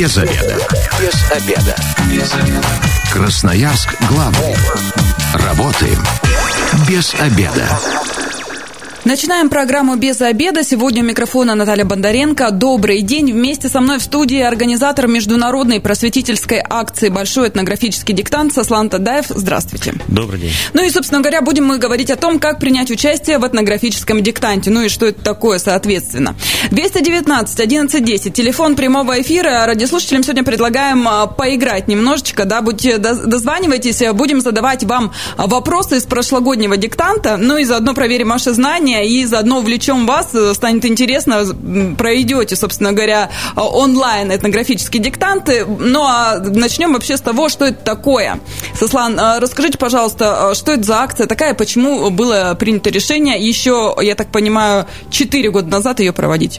Без обеда. Без обеда. Без обеда. Красноярск главный. Работаем без обеда. Начинаем программу «Без обеда». Сегодня у микрофона Наталья Бондаренко. Добрый день. Вместе со мной в студии организатор международной просветительской акции «Большой этнографический диктант» Сослан Тадаев. Здравствуйте. Добрый день. Ну и, собственно говоря, будем мы говорить о том, как принять участие в этнографическом диктанте. Ну и что это такое, соответственно. 219-11-10. Телефон прямого эфира. Радиослушателям сегодня предлагаем поиграть немножечко. Да, дозванивайтесь. Будем задавать вам вопросы из прошлогоднего диктанта. Ну и заодно проверим ваши знания. И заодно увлечем вас, станет интересно, пройдете, собственно говоря, онлайн этнографические диктанты. Ну, а начнем вообще с того, что это такое. Сослан, расскажите, пожалуйста, что это за акция такая, почему было принято решение еще, я так понимаю, 4 года назад ее проводить?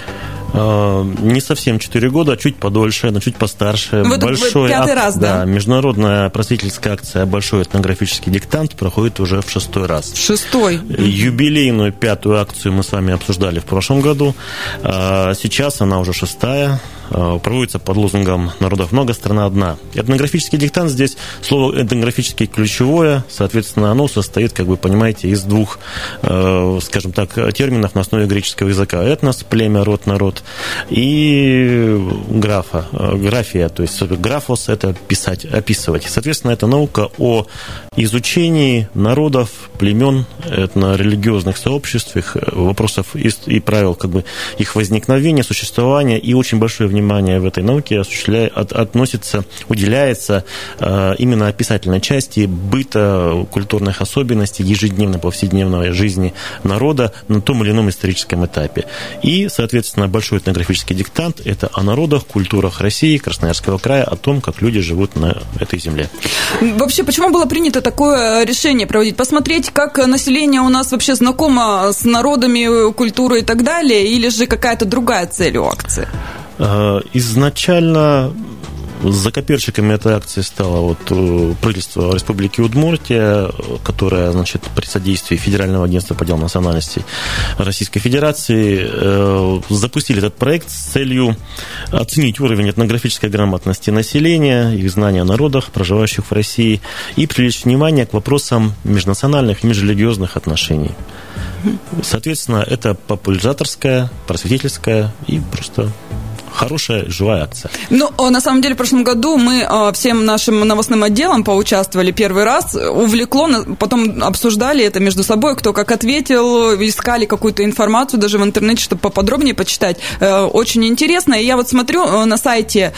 Не совсем 4 года, а чуть подольше, но чуть постарше. Вот пятый раз, да? Международная просветительская акция «Большой этнографический диктант» проходит уже в 6-й раз. В 6-й? Юбилейную 5-ю акцию мы с вами обсуждали в прошлом году. Сейчас она уже 6-я. Проводится под лозунгом «Народов много, страна одна». Этнографический диктант, здесь слово «этнографический» ключевое, соответственно, оно состоит, как вы понимаете, из двух, скажем так, терминов на основе греческого языка. Этнос, племя, род, народ, и графия, то есть графос – это писать, описывать. Соответственно, это наука о изучении народов, племен, этнорелигиозных сообществ, их вопросов и правил как бы их возникновения, существования, и очень большое внимание в этой науке уделяется именно описательной части быта, культурных особенностей, ежедневной, повседневной жизни народа на том или ином историческом этапе. И, соответственно, большой этнографический диктант – это о народах, культурах России, Красноярского края, о том, как люди живут на этой земле. Вообще, почему было принято такое решение проводить? Посмотреть, как население у нас вообще знакомо с народами, культурой и так далее, или же какая-то другая цель у акции? Изначально закоперщиками этой акции стало правительство Республики Удмуртия, которое, значит, при содействии Федерального агентства по делам национальностей Российской Федерации запустили этот проект с целью оценить уровень этнографической грамотности населения, их знания о народах, проживающих в России, и привлечь внимание к вопросам межнациональных и межрелигиозных отношений. Соответственно, это популяризаторская, просветительская и просто хорошая, живая акция. Ну, на самом деле, в прошлом году мы всем нашим новостным отделом поучаствовали первый раз, увлекло, потом обсуждали это между собой, кто как ответил, искали какую-то информацию даже в интернете, чтобы поподробнее почитать. Очень интересно. И я вот смотрю на сайте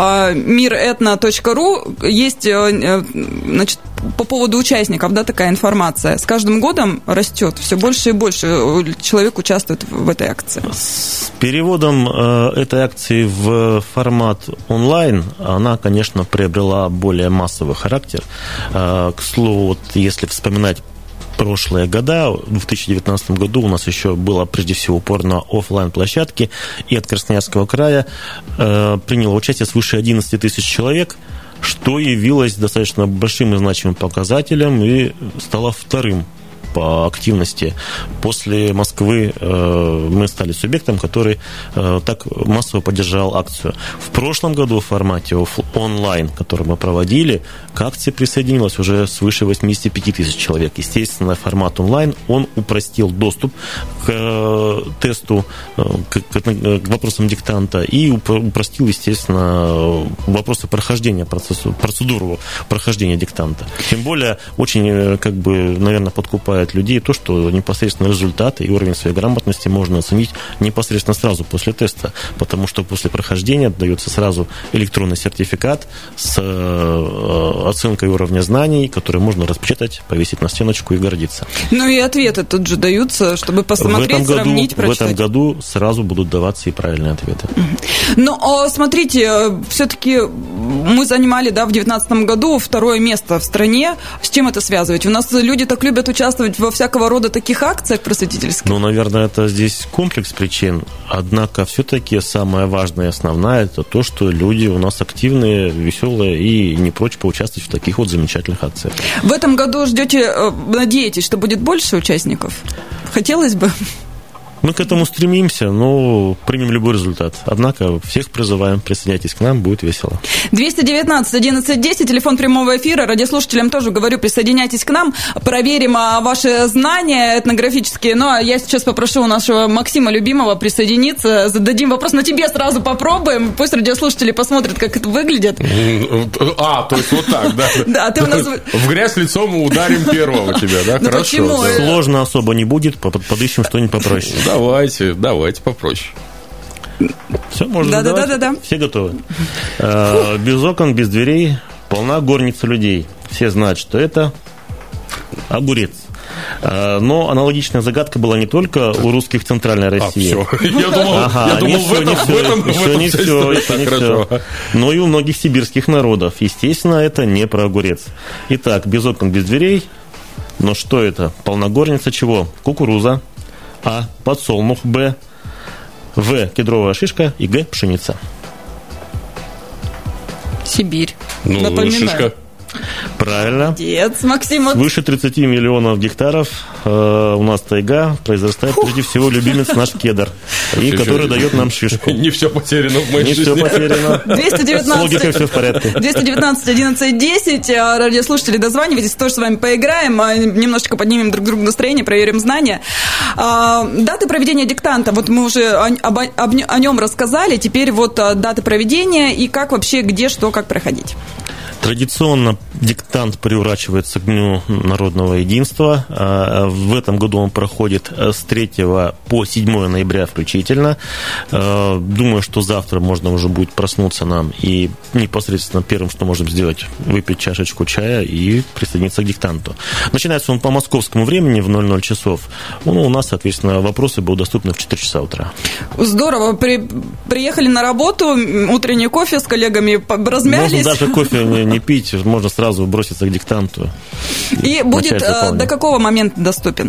miretno.ru есть, значит, по поводу участников, да, такая информация. С каждым годом растет, все больше и больше человек участвует в этой акции. С переводом этой акции в формат онлайн она, конечно, приобрела более массовый характер. К слову, вот если вспоминать прошлые года, в 2019 году у нас еще было прежде всего упор на офлайн-площадки, и от Красноярского края приняло участие свыше 11 тысяч человек, что явилось достаточно большим и значимым показателем и стало вторым по активности. После Москвы мы стали субъектом, который так массово поддержал акцию. В прошлом году в формате онлайн, который мы проводили, к акции присоединилось уже свыше 85 тысяч человек. Естественно, формат онлайн, он упростил доступ к тесту, к вопросам диктанта и упростил, естественно, вопросы прохождения, процедуру прохождения диктанта. Тем более, очень, как бы, наверное, подкупает людей то, что непосредственно результаты и уровень своей грамотности можно оценить непосредственно сразу после теста, потому что после прохождения дается сразу электронный сертификат с оценкой уровня знаний, который можно распечатать, повесить на стеночку и гордиться. Ну и ответы тут же даются, чтобы посмотреть, сравнить, прочитать. В этом году сразу будут даваться и правильные ответы. Ну, смотрите, все-таки мы занимали, да, в 2019 году 2-е место в стране. С чем это связывать? У нас люди так любят участвовать во всякого рода таких акциях просветительских? Ну, наверное, это здесь комплекс причин. Однако, все-таки самое важное и основное – это то, что люди у нас активные, веселые и не прочь поучаствовать в таких вот замечательных акциях. В этом году надеетесь, что будет больше участников? Хотелось бы? Мы к этому стремимся, но примем любой результат. Однако всех призываем, присоединяйтесь к нам, будет весело. 219-11-10, телефон прямого эфира. Радиослушателям тоже говорю, присоединяйтесь к нам. Проверим ваши знания этнографические. Но я сейчас попрошу у нашего Максима любимого присоединиться. Зададим вопрос, но тебе сразу попробуем. Пусть радиослушатели посмотрят, как это выглядит. То есть вот так, да? Да, ты у нас... В грязь лицом мы ударим первого тебя, да? Ну, хорошо. почему? Сложно особо не будет, подыщем что-нибудь попроще. Давайте попроще. Все, можно задавать? Да. Все готовы. Без окон, без дверей, полна горница людей. Все знают, что это огурец. Но аналогичная загадка была не только у русских в Центральной России. Я думал, в этом не все. Но и у многих сибирских народов. Естественно, это не про огурец. Итак, без окон, без дверей. Но что это? Полногорница чего? Кукуруза. А. Подсолнух. Б. В. Кедровая шишка. И Г. Пшеница. Сибирь. Напоминаю. Шишка. Правильно. Молодец, Максим. Свыше 30 миллионов гектаров у нас тайга, произрастает прежде всего любимец наш кедр, и который дает нам шишку. Не все потеряно в моей жизни. Не все потеряно. 219, с логикой все в порядке. 219-11-10. Радиослушатели, дозванивайтесь, тоже с вами поиграем, немножечко поднимем друг другу настроение, проверим знания. Даты проведения диктанта, вот мы уже о нем рассказали, теперь вот даты проведения и как вообще, где, что, как проходить. Традиционно диктант приурачивается к Дню народного единства. В этом году он проходит с 3 по 7 ноября включительно. Думаю, что завтра можно уже будет проснуться нам и непосредственно первым, что можем сделать, выпить чашечку чая и присоединиться к диктанту. Начинается он по московскому времени в 00 часов. У нас, соответственно, вопросы будут доступны в 4 часа утра. Здорово. Приехали на работу, утренний кофе с коллегами размялись. Можно даже кофе не пить, можно сразу броситься к диктанту. И будет до какого момента доступен?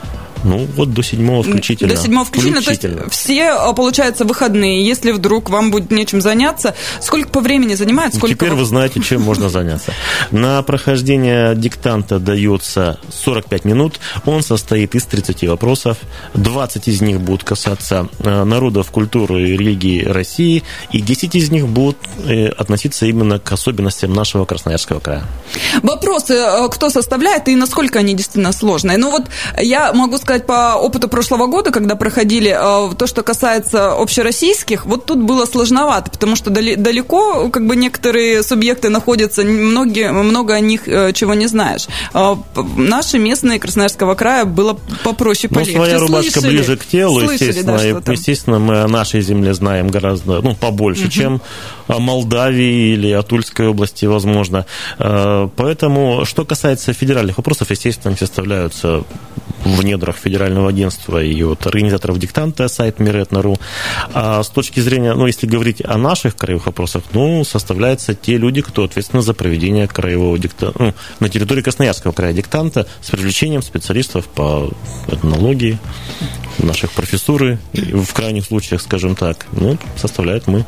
Вот до 7 включительно. До 7 включительно. То есть все, получается, выходные. Если вдруг вам будет нечем заняться, сколько по времени занимает? Теперь вы знаете, чем можно заняться. На прохождение диктанта дается 45 минут. Он состоит из 30 вопросов. 20 из них будут касаться народов, культуры и религии России. И 10 из них будут относиться именно к особенностям нашего Красноярского края. Вопросы кто составляет и насколько они действительно сложные? Я могу сказать, по опыту прошлого года, когда проходили то, что касается общероссийских, вот тут было сложновато, потому что далеко некоторые субъекты находятся, много о них чего не знаешь. Наши местные Красноярского края было попроще, полегче. Своя рубашка ближе к телу, естественно, мы о нашей земле знаем гораздо побольше, чем о Молдавии или о Тульской области, возможно. Поэтому, что касается федеральных вопросов, естественно, они составляются в недрах федерального агентства и от организаторов диктанта, сайт Миретна.ру. А с точки зрения, если говорить о наших краевых вопросах, составляются те люди, кто ответственны за проведение краевого диктанта, на территории Красноярского края диктанта с привлечением специалистов по этнологии, наших профессуры, в крайних случаях, скажем так, составляют мы.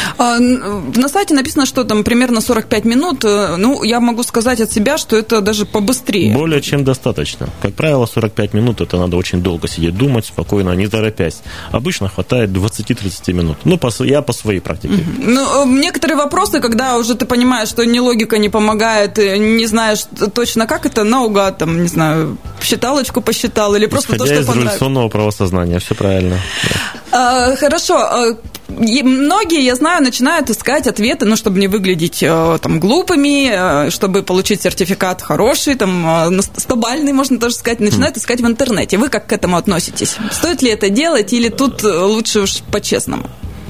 На сайте написано, что там примерно 45 минут. Я могу сказать от себя, что это даже побыстрее. Более чем достаточно. Как правило, 45 минут это надо очень долго сидеть, думать спокойно, не торопясь. Обычно хватает 20-30 минут. Я по своей практике. Некоторые вопросы, когда уже ты понимаешь, что ни логика не помогает, не знаешь точно как это, наугад, не знаю, считалочку посчитал или просто то, что понравилось. Исходя из революционного правосознания, все правильно. Хорошо. Многие, я знаю, начинают искать ответы, чтобы не выглядеть глупыми, чтобы получить сертификат хороший, 100-бальный, можно даже сказать, начинают искать в интернете. Вы как к этому относитесь? Стоит ли это делать или тут лучше уж по-честному?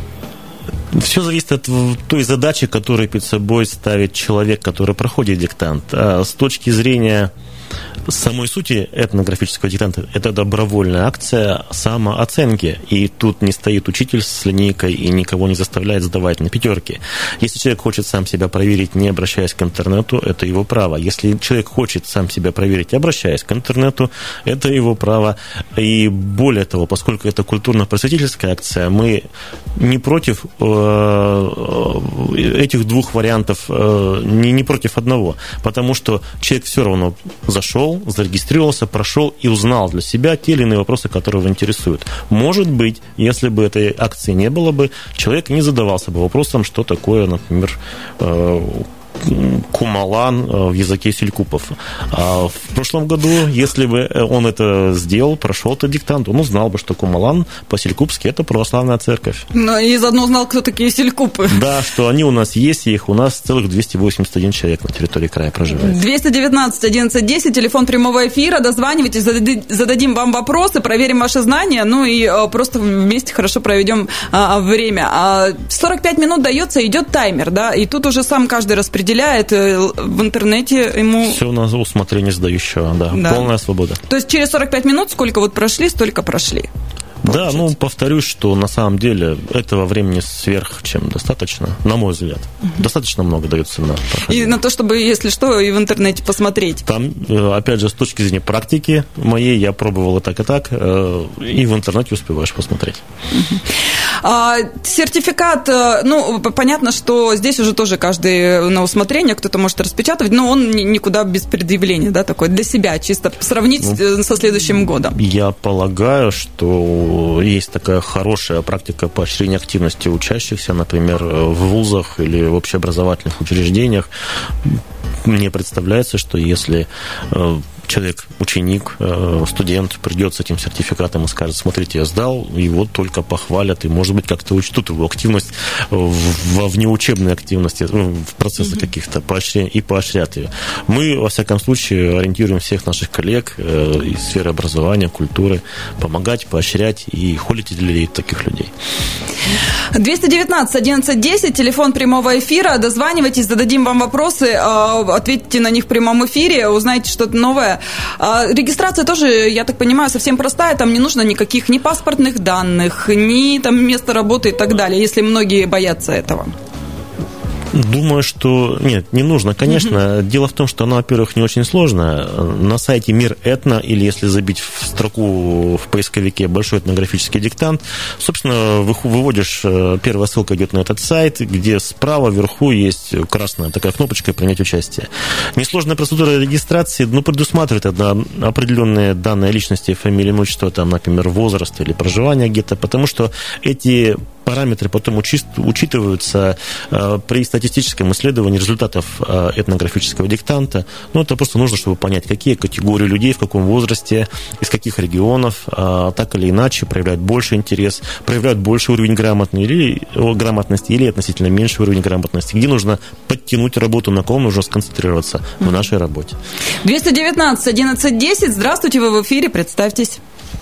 Все зависит от той задачи, которую перед собой ставит человек, который проходит диктант. С точки зрения самой сути этнографического диктанта, это добровольная акция самооценки. И тут не стоит учитель с линейкой и никого не заставляет сдавать на пятерки. Если человек хочет сам себя проверить, не обращаясь к интернету, это его право. Если человек хочет сам себя проверить, обращаясь к интернету, это его право. И более того, поскольку это культурно-просветительская акция, мы не против этих двух вариантов, не против одного. Потому что человек все равно зашел, пришел, зарегистрировался, прошел и узнал для себя те или иные вопросы, которые его интересуют. Может быть, если бы этой акции не было бы, человек не задавался бы вопросом, что такое, например, кумалан в языке селькупов. А в прошлом году, если бы он это сделал, прошел этот диктант, он узнал бы, что кумалан по-селькупски – это православная церковь. Ну, и заодно узнал, кто такие селькупы. Да, что они у нас есть, и их у нас целых 281 человек на территории края проживает. 219-11-10, телефон прямого эфира, дозванивайтесь, зададим вам вопросы, проверим ваши знания, ну и просто вместе хорошо проведем время. 45 минут дается, идет таймер, да, и тут уже сам каждый распределяет в интернете ему... Все на усмотрение сдающего, да, полная свобода. То есть через 45 минут сколько вот прошли, столько прошли. Да, ну, повторюсь, что на самом деле этого времени сверх чем достаточно, на мой взгляд. Достаточно много дается на прохождение. И на то, чтобы, если что, и в интернете посмотреть. Там, опять же, с точки зрения практики моей, я пробовал и так, и в интернете успеваешь посмотреть. Сертификат, ну, понятно, что здесь уже тоже каждый на усмотрение, кто-то может распечатывать, но он никуда без предъявления, да, такой для себя, чисто сравнить со следующим годом. Я полагаю, что есть такая хорошая практика поощрения активности учащихся, например, в вузах или в общеобразовательных учреждениях. Мне представляется, что если человек, ученик, студент придет с этим сертификатом и скажет: смотрите, я сдал, его только похвалят, и, может быть, как-то учтут его активность во внеучебной активности, в процессах каких-то, и поощрят ее. Мы, во всяком случае, ориентируем всех наших коллег из сферы образования, культуры, помогать, поощрять и холить таких людей. 219-11-10, телефон прямого эфира, дозванивайтесь, зададим вам вопросы, ответьте на них в прямом эфире, узнаете что-то новое. Регистрация тоже, я так понимаю, совсем простая, там не нужно никаких ни паспортных данных, ни там места работы и так далее, если многие боятся этого. Думаю, что... Нет, не нужно, конечно. Дело в том, что оно, во-первых, не очень сложно. На сайте Мир Этно, или если забить в строку в поисковике «Большой этнографический диктант», собственно, выводишь, первая ссылка идет на этот сайт, где справа вверху есть красная такая кнопочка «Принять участие». Несложная процедура регистрации, но предусматривает определенные данные личности, фамилии, имущества, там, например, возраст или проживание где-то, потому что эти параметры потом учитываются при статистическом исследовании результатов этнографического диктанта. Ну, это просто нужно, чтобы понять, какие категории людей, в каком возрасте, из каких регионов так или иначе проявляют больше интерес, проявляют больший уровень грамотности или относительно меньший уровень грамотности, где нужно подтянуть работу, на ком нужно сконцентрироваться в нашей работе. 219-11-10, здравствуйте, вы в эфире, представьтесь.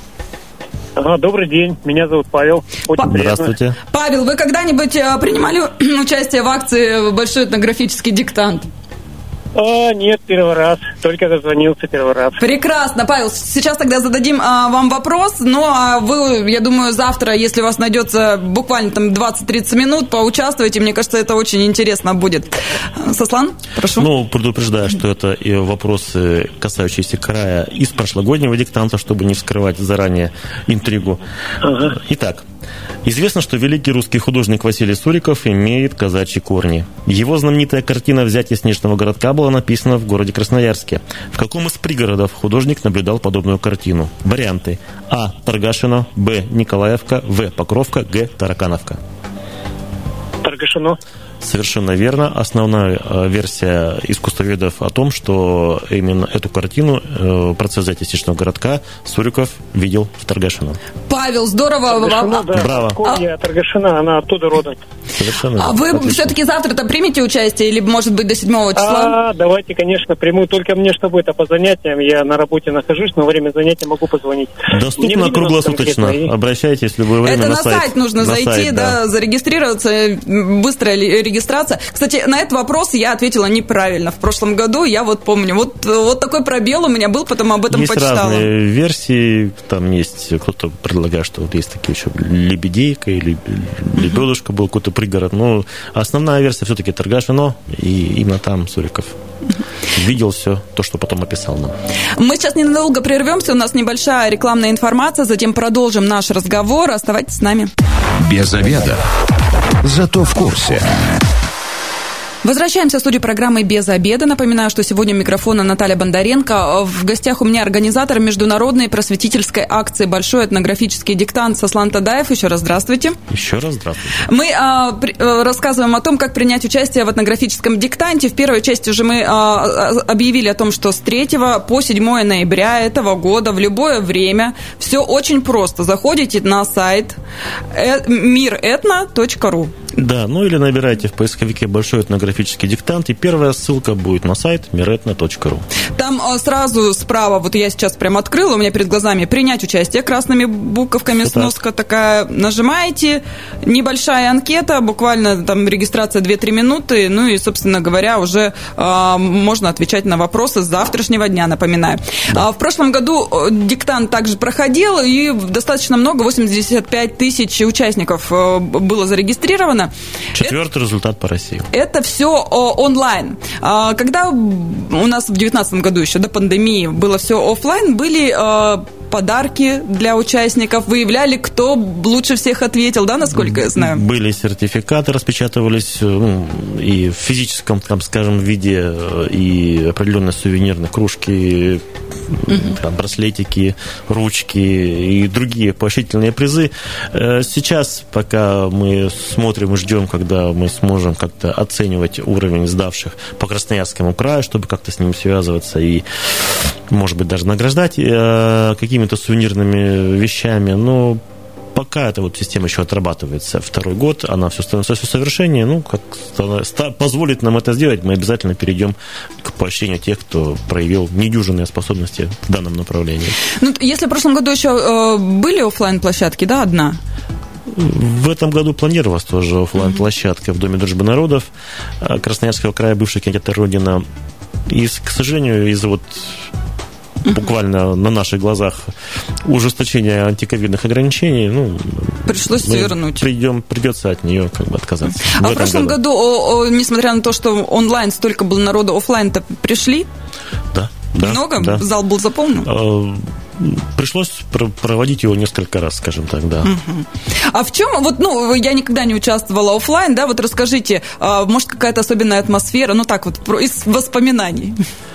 Добрый день, меня зовут Павел. Здравствуйте. Павел, вы когда-нибудь принимали участие в акции «Большой этнографический диктант»? Нет, первый раз. Только дозвонился первый раз. Прекрасно, Павел. Сейчас тогда зададим вам вопрос. Ну, а вы, я думаю, завтра, если у вас найдется буквально там 20-30 минут, поучаствуйте. Мне кажется, это очень интересно будет. Сослан, прошу. Ну, предупреждаю, что это и вопросы, касающиеся края из прошлогоднего диктанта, чтобы не вскрывать заранее интригу. Итак. Известно, что великий русский художник Василий Суриков имеет казачьи корни. Его знаменитая картина «Взятие снежного городка» была написана в городе Красноярске. В каком из пригородов художник наблюдал подобную картину? Варианты: А. Торгашино, Б. Николаевка, В. Покровка, Г. Таракановка. Торгашино. Совершенно верно. Основная версия искусствоведов о том, что именно эту картину, процесс взятия снежного городка, Суриков видел в Торгашино. Павел, здорово. Торгашино, да. Браво. Торгашино, она оттуда родом. Совершенно. А вы отлично. Все-таки завтра-то примете участие или, может быть, до 7 числа? Давайте, конечно, приму. Только мне, чтобы это по занятиям. Я на работе нахожусь, но во время занятия могу позвонить. Доступно круглосуточно. Обращайтесь в любое время на сайт. Это на сайт нужно зайти, да, зарегистрироваться. Быстрая регистрация. Кстати, на этот вопрос я ответила неправильно. В прошлом году я вот помню. Вот такой пробел у меня был, потом об этом почитала. Есть разные версии. Там есть кто-то предлагает, что вот есть такие еще Лебедейка или Лебедушка был какой-то пригород. Но основная версия все-таки Торгашино, и именно там Суриков видел все то, что потом описал нам. Мы сейчас ненадолго прервемся, у нас небольшая рекламная информация, затем продолжим наш разговор. Оставайтесь с нами. Без обеда. Зато в курсе. Возвращаемся в студию программы «Без обеда». Напоминаю, что сегодня у микрофона Наталья Бондаренко. В гостях у меня организатор международной просветительской акции «Большой этнографический диктант» Сослан Тадаев. Еще раз здравствуйте. Еще раз здравствуйте. Мы рассказываем о том, как принять участие в этнографическом диктанте. В первой части уже мы объявили о том, что с 3 по 7 ноября этого года в любое время все очень просто. Заходите на сайт miretno.ru. Да, ну или набирайте в поисковике «Большой этнографический диктант», и первая ссылка будет на сайт miretno.ru. Там сразу справа, вот я сейчас прям открыла, у меня перед глазами «Принять участие» красными буковками, сноска такая, нажимаете, небольшая анкета, буквально там регистрация 2-3 минуты, ну и, собственно говоря, уже можно отвечать на вопросы с завтрашнего дня, напоминаю. Да. В прошлом году диктант также проходил, и достаточно много, 85 тысяч участников было зарегистрировано. Четвертый результат по России. Это все онлайн. Когда у нас в 2019 году еще до пандемии было все офлайн, были подарки для участников, выявляли, кто лучше всех ответил, да, насколько я знаю? Были сертификаты, распечатывались и в физическом, там, скажем, виде, и определенные сувенирные кружки, там, браслетики, ручки и другие поощрительные призы. Сейчас, пока мы смотрим и ждем, когда мы сможем как-то оценивать уровень сдавших по Красноярскому краю, чтобы как-то с ним связываться и, может быть, даже награждать какими-то сувенирными вещами, но пока эта вот система еще отрабатывается второй год, она все становится все совершеннее, ну, как позволит нам это сделать, мы обязательно перейдем к поощрению тех, кто проявил недюжинные способности в данном направлении. Ну, если в прошлом году еще были офлайн-площадки, да, одна? В этом году планировалась тоже офлайн-площадка в Доме дружбы народов Красноярского края, бывший кинотеатр «Родина». И, к сожалению, из-за вот буквально на наших глазах ужесточения антиковидных ограничений, ну, пришлось вернуть. Придется от нее как бы отказаться. А в прошлом году, несмотря на то, что онлайн столько было народу, офлайн-то пришли? Да. Много? Да. Зал был заполнен? Пришлось проводить его несколько раз, скажем так, да. А в чем, вот, ну, я никогда не участвовала офлайн, да, вот расскажите, может, какая-то особенная атмосфера, ну, так вот, из воспоминаний.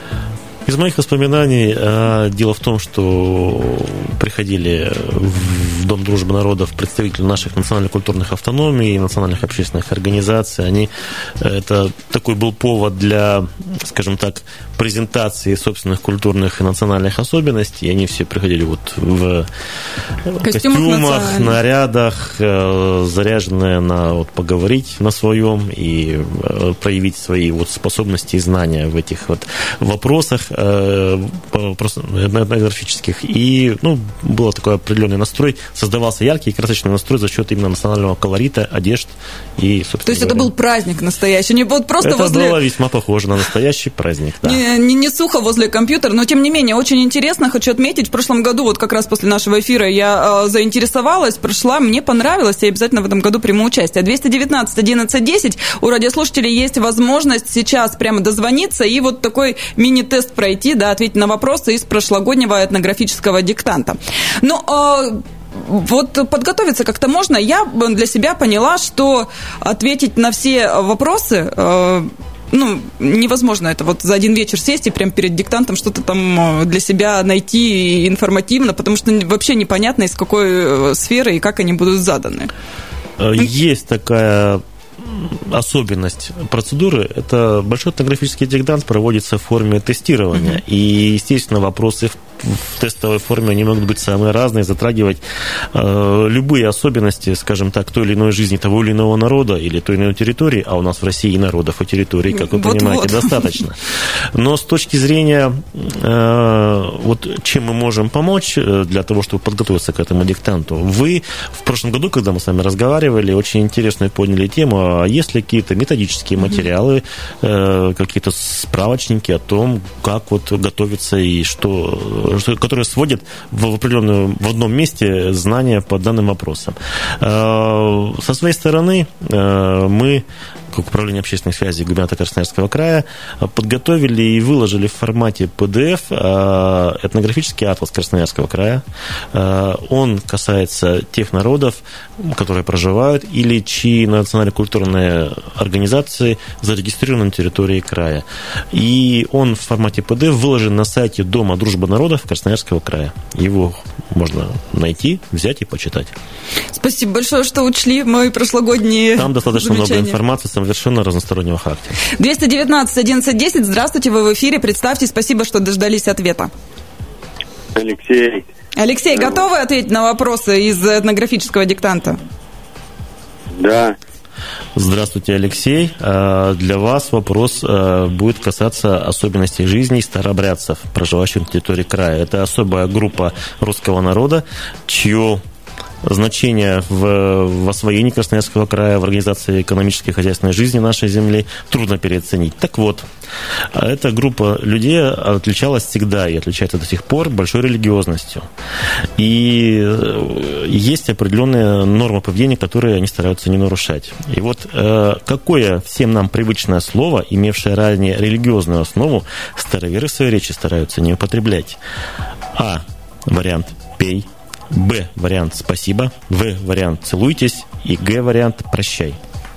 Из моих воспоминаний дело в том, что приходили в Дом дружбы народов представители наших национально-культурных автономий, национальных общественных организаций. Это такой был повод для, скажем так, презентации собственных культурных и национальных особенностей. И они все приходили вот в костюмах, нарядах, заряженные на вот, поговорить на своем и проявить свои вот способности и знания в этих вот вопросах этнографических. И, ну, был такой определенный настрой, создавался яркий и красочный настрой за счет именно национального колорита, одежд и, собственно То есть говоря, это был праздник настоящий, не вот просто это было весьма похоже на настоящий праздник, да. Не сухо возле компьютера, но тем не менее очень интересно, хочу отметить, в прошлом году, вот как раз после нашего эфира я заинтересовалась, пришла, мне понравилось, я обязательно в этом году приму участие. 219-11-10, у радиослушателей есть возможность сейчас прямо дозвониться и вот такой мини-тест пройти, да, ответить на вопросы из прошлогоднего этнографического диктанта. Ну, вот подготовиться как-то можно. Я для себя поняла, что ответить на все вопросы, ну, невозможно это вот за один вечер сесть и прямо перед диктантом что-то там для себя найти информативно, потому что вообще непонятно, из какой сферы и как они будут заданы. Есть такая особенность процедуры. Это большой этнографический диктант проводится в форме тестирования. И, естественно, вопросы в тестовой форме, они могут быть самые разные, затрагивать любые особенности, скажем так, той или иной жизни того или иного народа или той или иной территории, а у нас в России и народов, и территорий, как вы понимаете, достаточно. Но с точки зрения, вот чем мы можем помочь для того, чтобы подготовиться к этому диктанту, вы в прошлом году, когда мы с вами разговаривали, очень интересно подняли тему, а есть ли какие-то методические материалы, какие-то справочники о том, как вот готовиться и которые сводят в одном месте знания по данным вопросам. Со своей стороны мы как управление общественной связи губернатора Красноярского края, подготовили и выложили в формате PDF этнографический атлас Красноярского края. Он касается тех народов, которые проживают или чьи национально-культурные организации зарегистрированы на территории края. И он в формате PDF выложен на сайте Дома дружбы народов Красноярского края. Его можно найти, взять и почитать. Спасибо большое, что учли мои прошлогодние Там достаточно замечания. много информации совершенно разностороннего характера. 219-11-10. Здравствуйте, вы в эфире. Представьте, спасибо, что дождались ответа. Алексей. Алексей, готовы ответить на вопросы из этнографического диктанта? Да. Здравствуйте, Алексей. Для вас вопрос будет касаться особенностей жизни старообрядцев, проживающих на территории края. Это особая группа русского народа, чье значение в освоении Красноярского края, в организации экономической и хозяйственной жизни нашей земли трудно переоценить. Так вот, эта группа людей отличалась всегда и отличается до сих пор большой религиозностью. И есть определенные нормы поведения, которые они стараются не нарушать. И вот какое всем нам привычное слово, имевшее ранее религиозную основу, староверы в своей речи стараются не употреблять? А. Вариант «пей». Б. Вариант «спасибо». В. Вариант «целуйтесь». И Г. Вариант «прощай».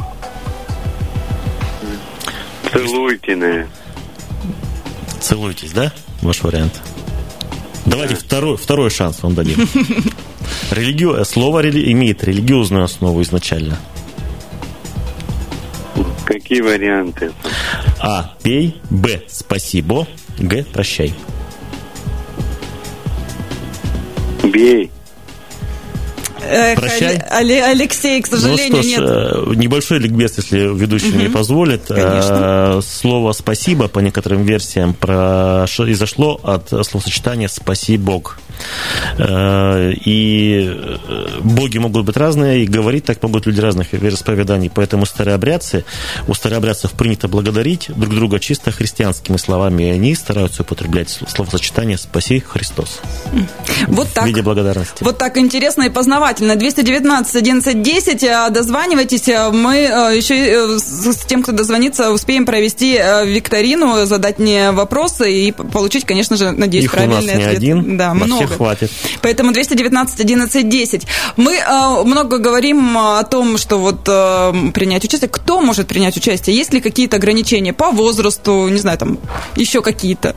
Целуйте. Целуйтесь, да? Ваш вариант. Давайте второй шанс вам дадим. Слово имеет религиозную основу изначально. Какие варианты? А. Пей. Б. Спасибо. Г. Прощай. Бей. Прощай. Алексей, к сожалению, нет. Небольшой ликбез, если ведущий мне позволит. Конечно. Слово «спасибо» по некоторым версиям произошло от словосочетания «спаси Бог». И боги могут быть разные, и говорить так могут люди разных вероисповеданий. Поэтому у старообрядцев принято благодарить друг друга чисто христианскими словами, и они стараются употреблять словосочетание «спаси Христос». Вот так. В виде благодарности. Вот так интересно и познавательно. 219-11-10. Дозванивайтесь. Мы еще с тем, кто дозвонится, успеем провести викторину, задать мне вопросы и получить, конечно же, надеюсь, их правильный ответ. Их у нас не один, да, много. Всех хватит. Поэтому 219-11-10. Мы много говорим о том, что вот принять участие. Кто может принять участие? Есть ли какие-то ограничения по возрасту? Не знаю, там еще какие-то?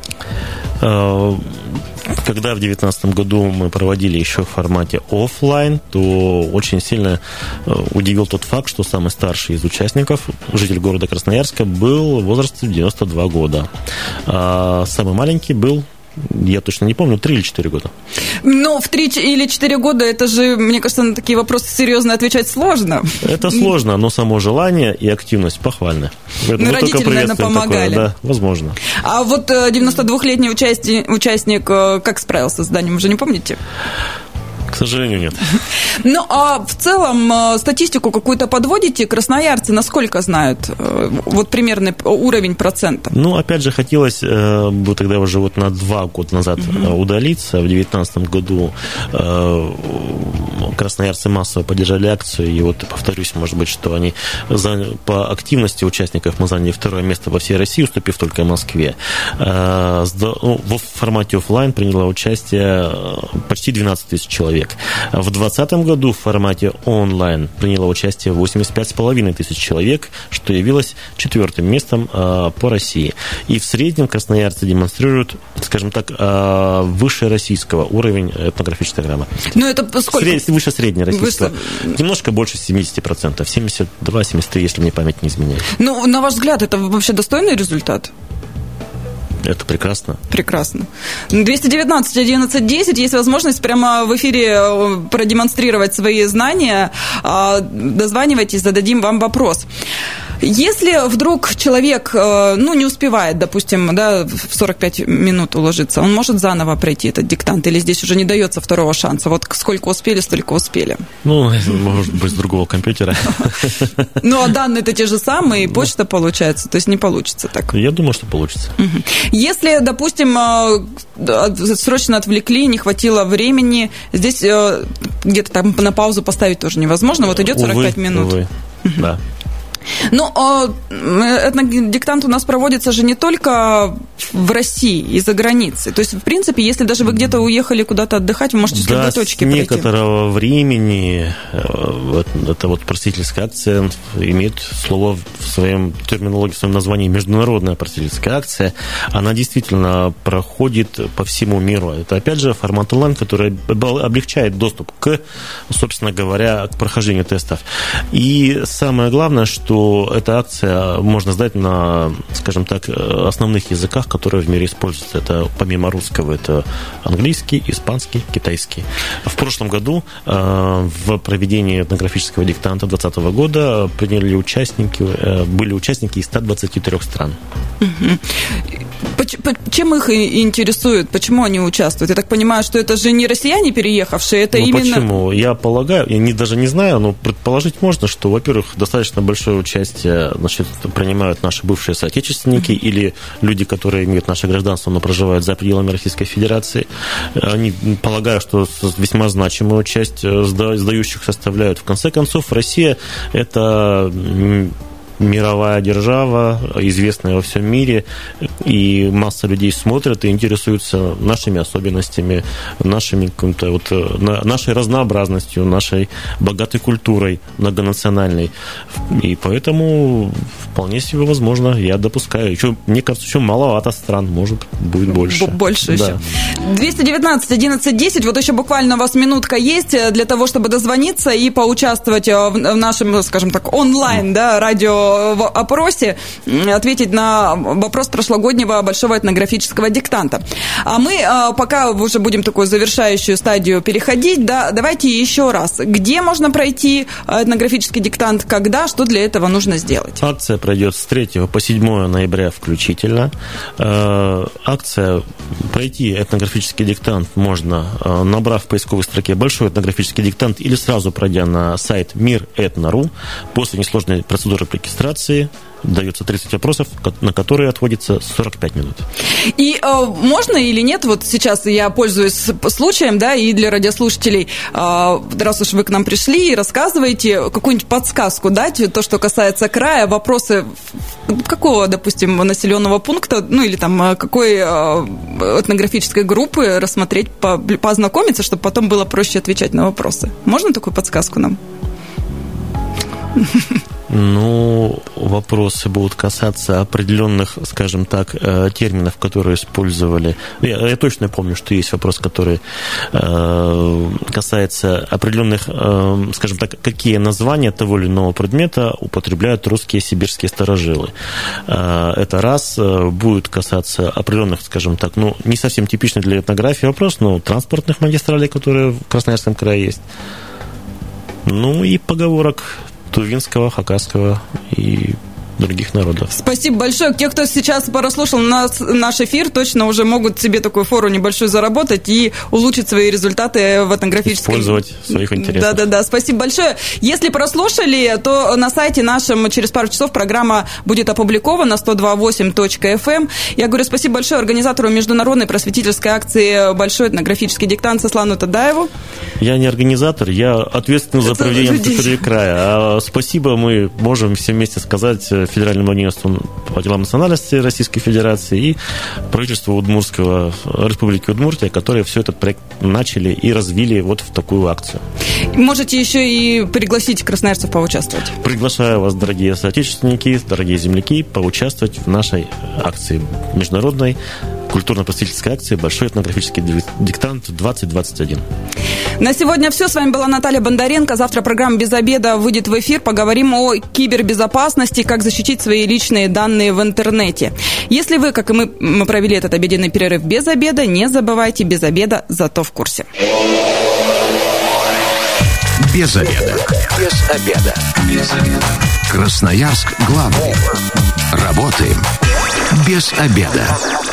Когда в 2019 году мы проводили еще в формате офлайн, то очень сильно удивил тот факт, что самый старший из участников, житель города Красноярска, был в возрасте 92 года. А самый маленький был, я точно не помню, 3 или 4 года. Но в 3 или 4 года, это же, мне кажется, на такие вопросы серьезно отвечать сложно. Это сложно, но само желание и активность похвальны. Но родители, наверное, помогали. Такое, да, возможно. А вот 92-летний участник как справился с заданием, уже не помните? К сожалению, нет. Ну, а в целом статистику какую-то подводите? Красноярцы насколько знают? Вот примерный уровень процентов. Ну, опять же, хотелось бы тогда уже вот на 2 года назад удалиться. В 2019 году красноярцы массово поддержали акцию. И вот, повторюсь, может быть, что они по активности участников мы заняли 2-е место во всей России, уступив только Москве. В формате офлайн приняло участие почти 12 тысяч человек. В 2020 году в формате онлайн приняло участие 85,5 тысяч человек, что явилось 4-м местом по России. И в среднем красноярцы демонстрируют, скажем так, выше российского уровень этнографической грамоты. Ну, это сколько? Выше среднероссийского. Немножко больше 70%. 72-73%, если мне память не изменяет. Ну, на ваш взгляд, это вообще достойный результат? Это прекрасно. Прекрасно. 219-11-10. Есть возможность прямо в эфире продемонстрировать свои знания. Дозванивайтесь, зададим вам вопрос. Если вдруг человек, не успевает, допустим, да, в 45 минут уложиться, он может заново пройти этот диктант, или здесь уже не дается 2-го шанса? Вот сколько успели, столько успели. Ну, может быть, с другого компьютера. Ну, а данные-то те же самые, и почта получается, то есть не получится так. Я думаю, что получится. Если, допустим, срочно отвлекли, не хватило времени, здесь где-то там на паузу поставить тоже невозможно, вот идет 45 минут. Увы. Да. Этнодиктант у нас проводится же не только в России и за границей. То есть, в принципе, если даже вы где-то уехали куда-то отдыхать, вы можете с любой точки пройти. С некоторого времени эта вот просветительская акция имеет слово в своем терминологии, в своем названии международная просветительская акция. Она действительно проходит по всему миру. Это, опять же, формат онлайн, который облегчает доступ к, собственно говоря, к прохождению тестов. И самое главное, что эта акция можно сдать на, скажем так, основных языках, которые в мире используются. Это помимо русского, это английский, испанский, китайский. В прошлом году в проведении этнографического диктанта 2020 года были участники из 123 стран. Чем их интересует? Почему они участвуют? Я так понимаю, что это же не россияне переехавшие, это именно... Почему? Я полагаю, я даже не знаю, но предположить можно, что, во-первых, достаточно большое участие принимают наши бывшие соотечественники или люди, которые имеют наше гражданство, но проживают за пределами Российской Федерации. Они, полагаю, что весьма значимую часть сдающих составляют. В конце концов, Россия – это мировая держава, известная во всем мире, и масса людей смотрят и интересуются нашими особенностями, нашей разнообразностью, нашей богатой культурой многонациональной. И поэтому вполне себе возможно, я допускаю. Мне кажется, еще маловато стран, может, будет больше. Больше еще. 219-11-10, вот еще буквально у вас минутка есть для того, чтобы дозвониться и поучаствовать в нашем, скажем так, онлайн, радио в опросе, ответить на вопрос прошлогоднего большого этнографического диктанта. А мы пока уже будем такую завершающую стадию переходить, давайте еще раз. Где можно пройти этнографический диктант, когда, что для этого нужно сделать? Акция пройдет с 3 по 7 ноября включительно. Пройти этнографический диктант можно, набрав в поисковой строке «Большой этнографический диктант» или сразу пройдя на сайт мир.этно.ру. После несложной процедуры регистрации дается 30 вопросов, на которые отводится 45 минут. И можно или нет, вот сейчас я пользуюсь случаем, и для радиослушателей, раз уж вы к нам пришли и рассказываете, какую-нибудь подсказку дать, то, что касается края, вопросы какого, допустим, населенного пункта, или там какой этнографической группы рассмотреть, познакомиться, чтобы потом было проще отвечать на вопросы. Можно такую подсказку нам? Вопросы будут касаться определенных, скажем так, терминов, которые использовали. Я точно помню, что есть вопрос, который касается определенных, скажем так, какие названия того или иного предмета употребляют русские сибирские старожилы. Это раз. Будет касаться определенных, скажем так, не совсем типичный для этнографии вопрос, но транспортных магистралей, которые в Красноярском крае есть. И поговорок тувинского, хакасского и других народов. Спасибо большое. Те, кто сейчас прослушал наш эфир, точно уже могут себе такую фору небольшую заработать и улучшить свои результаты в этнографическом... Использовать в своих интересах. Да. Спасибо большое. Если прослушали, то на сайте нашем через пару часов программа будет опубликована 102.8.fm. Я говорю спасибо большое организатору международной просветительской акции «Большой этнографический диктант» Сослану Тадаеву. Я не организатор, я ответственный за проведение территории края. Спасибо мы можем все вместе сказать Федеральному агентству по делам национальности Российской Федерации и правительству Республики Удмуртия, которые все этот проект начали и развили вот в такую акцию. Можете еще и пригласить красноярцев поучаствовать. Приглашаю вас, дорогие соотечественники, дорогие земляки, поучаствовать в нашей акции международной культурно-просветительской акции «Большой этнографический диктант-2021». На сегодня все. С вами была Наталья Бондаренко. Завтра программа «Без обеда» выйдет в эфир. Поговорим о кибербезопасности, как защитить свои личные данные в интернете. Если вы, как и мы провели этот обеденный перерыв без обеда, не забывайте, без обеда, зато в курсе. Без обеда. Без обеда. Красноярск главный. Работаем без обеда.